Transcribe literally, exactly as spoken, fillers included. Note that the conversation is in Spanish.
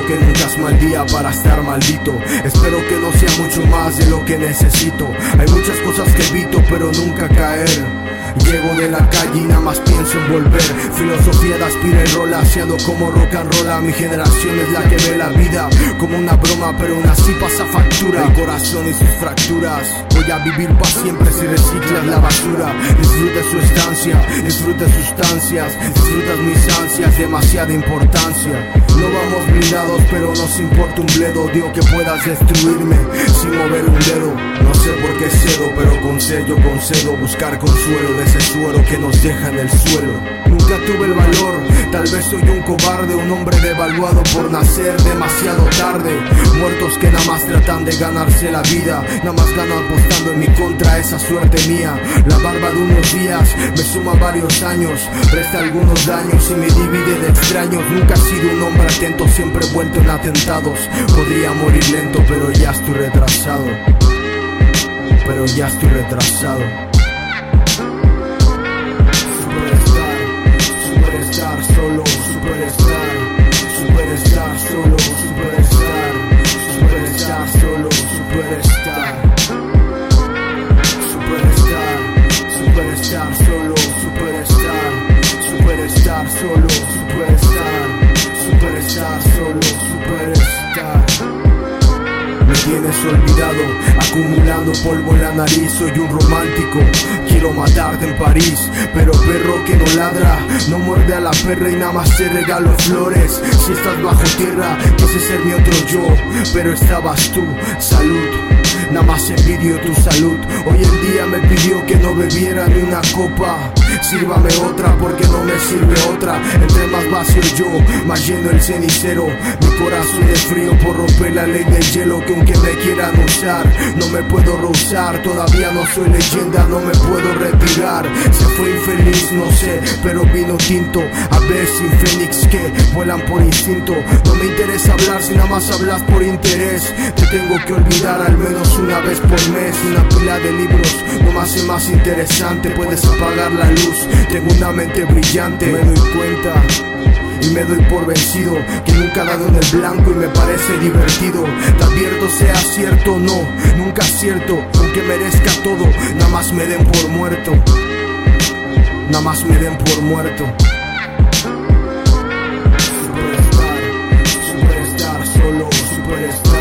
Espero que nunca es mal día para estar maldito. Espero que no sea mucho más de lo que necesito. Hay muchas cosas que evito, pero nunca caer. Llego de la calle y nada más pienso en volver. Filosofía de aspira y rola, haciendo como rock and roll. Mi generación es la que ve la vida como una broma, pero aún así pasa factura. El corazón y sus fracturas. Voy a vivir para siempre si reciclas la basura. Disfruta su estancia, disfruta sustancias, disfrutas mis ansias, demasiada importancia. No vamos blindados, pero nos importa un bledo. Digo que puedas destruirme sin mover un dedo. No sé por qué cedo, pero concedo, concedo buscar consuelo de ese suero que nos deja en el suelo. Nunca tuve el valor, tal vez soy un cobarde, un hombre devaluado por nacer demasiado tarde. Muertos que nada más tratan de ganarse la vida, nada más ganan apostando en mi contra, esa suerte mía. La barba de unos días me suma varios años, presta algunos daños y me divide de extraños. Nunca he sido un hombre atento, siempre vuelto en atentados. Podría morir lento, pero ya estoy retrasado. Pero ya estoy retrasado. Superstar, solo, superstar, superstar, solo, superstar, superstar, solo, superstar, superstar, superstar, solo, superstar, superstar, solo, superstar, superstar, solo, superstar. Me tienes olvidado, acumulando polvo en la nariz. Soy un romántico, quiero matarte en París, pero perro que no ladra no muerde a la perra y nada más te regalo flores. Si estás bajo tierra, quise ser mi otro yo, pero estabas tú. Salud, nada más envidio tu salud. Hoy el día me pidió que no bebiera ni una copa. Sírvame otra porque no me sirve otra. Entre más vacío yo, más lleno el cenicero. Mi corazón es frío por romper la ley del hielo. Que aunque me quieran usar, no me puedo rozar. Todavía no soy leyenda, no me puedo retirar. Se fue infeliz, no sé, pero vino tinto. A ver sin fénix que vuelan por instinto. No me interesa hablar si nada más hablas por interés. Te tengo que olvidar al menos una vez por mes. Una pila de libros no me hace más interesante. Puedes apagar la luz, tengo una mente brillante. Me doy cuenta y me doy por vencido que nunca he dado en el blanco y me parece divertido. Te advierto, sea cierto o no, nunca acierto. Aunque merezca todo, nada más me den por muerto. Nada más me den por muerto. Superstar, superstar, solo superstar.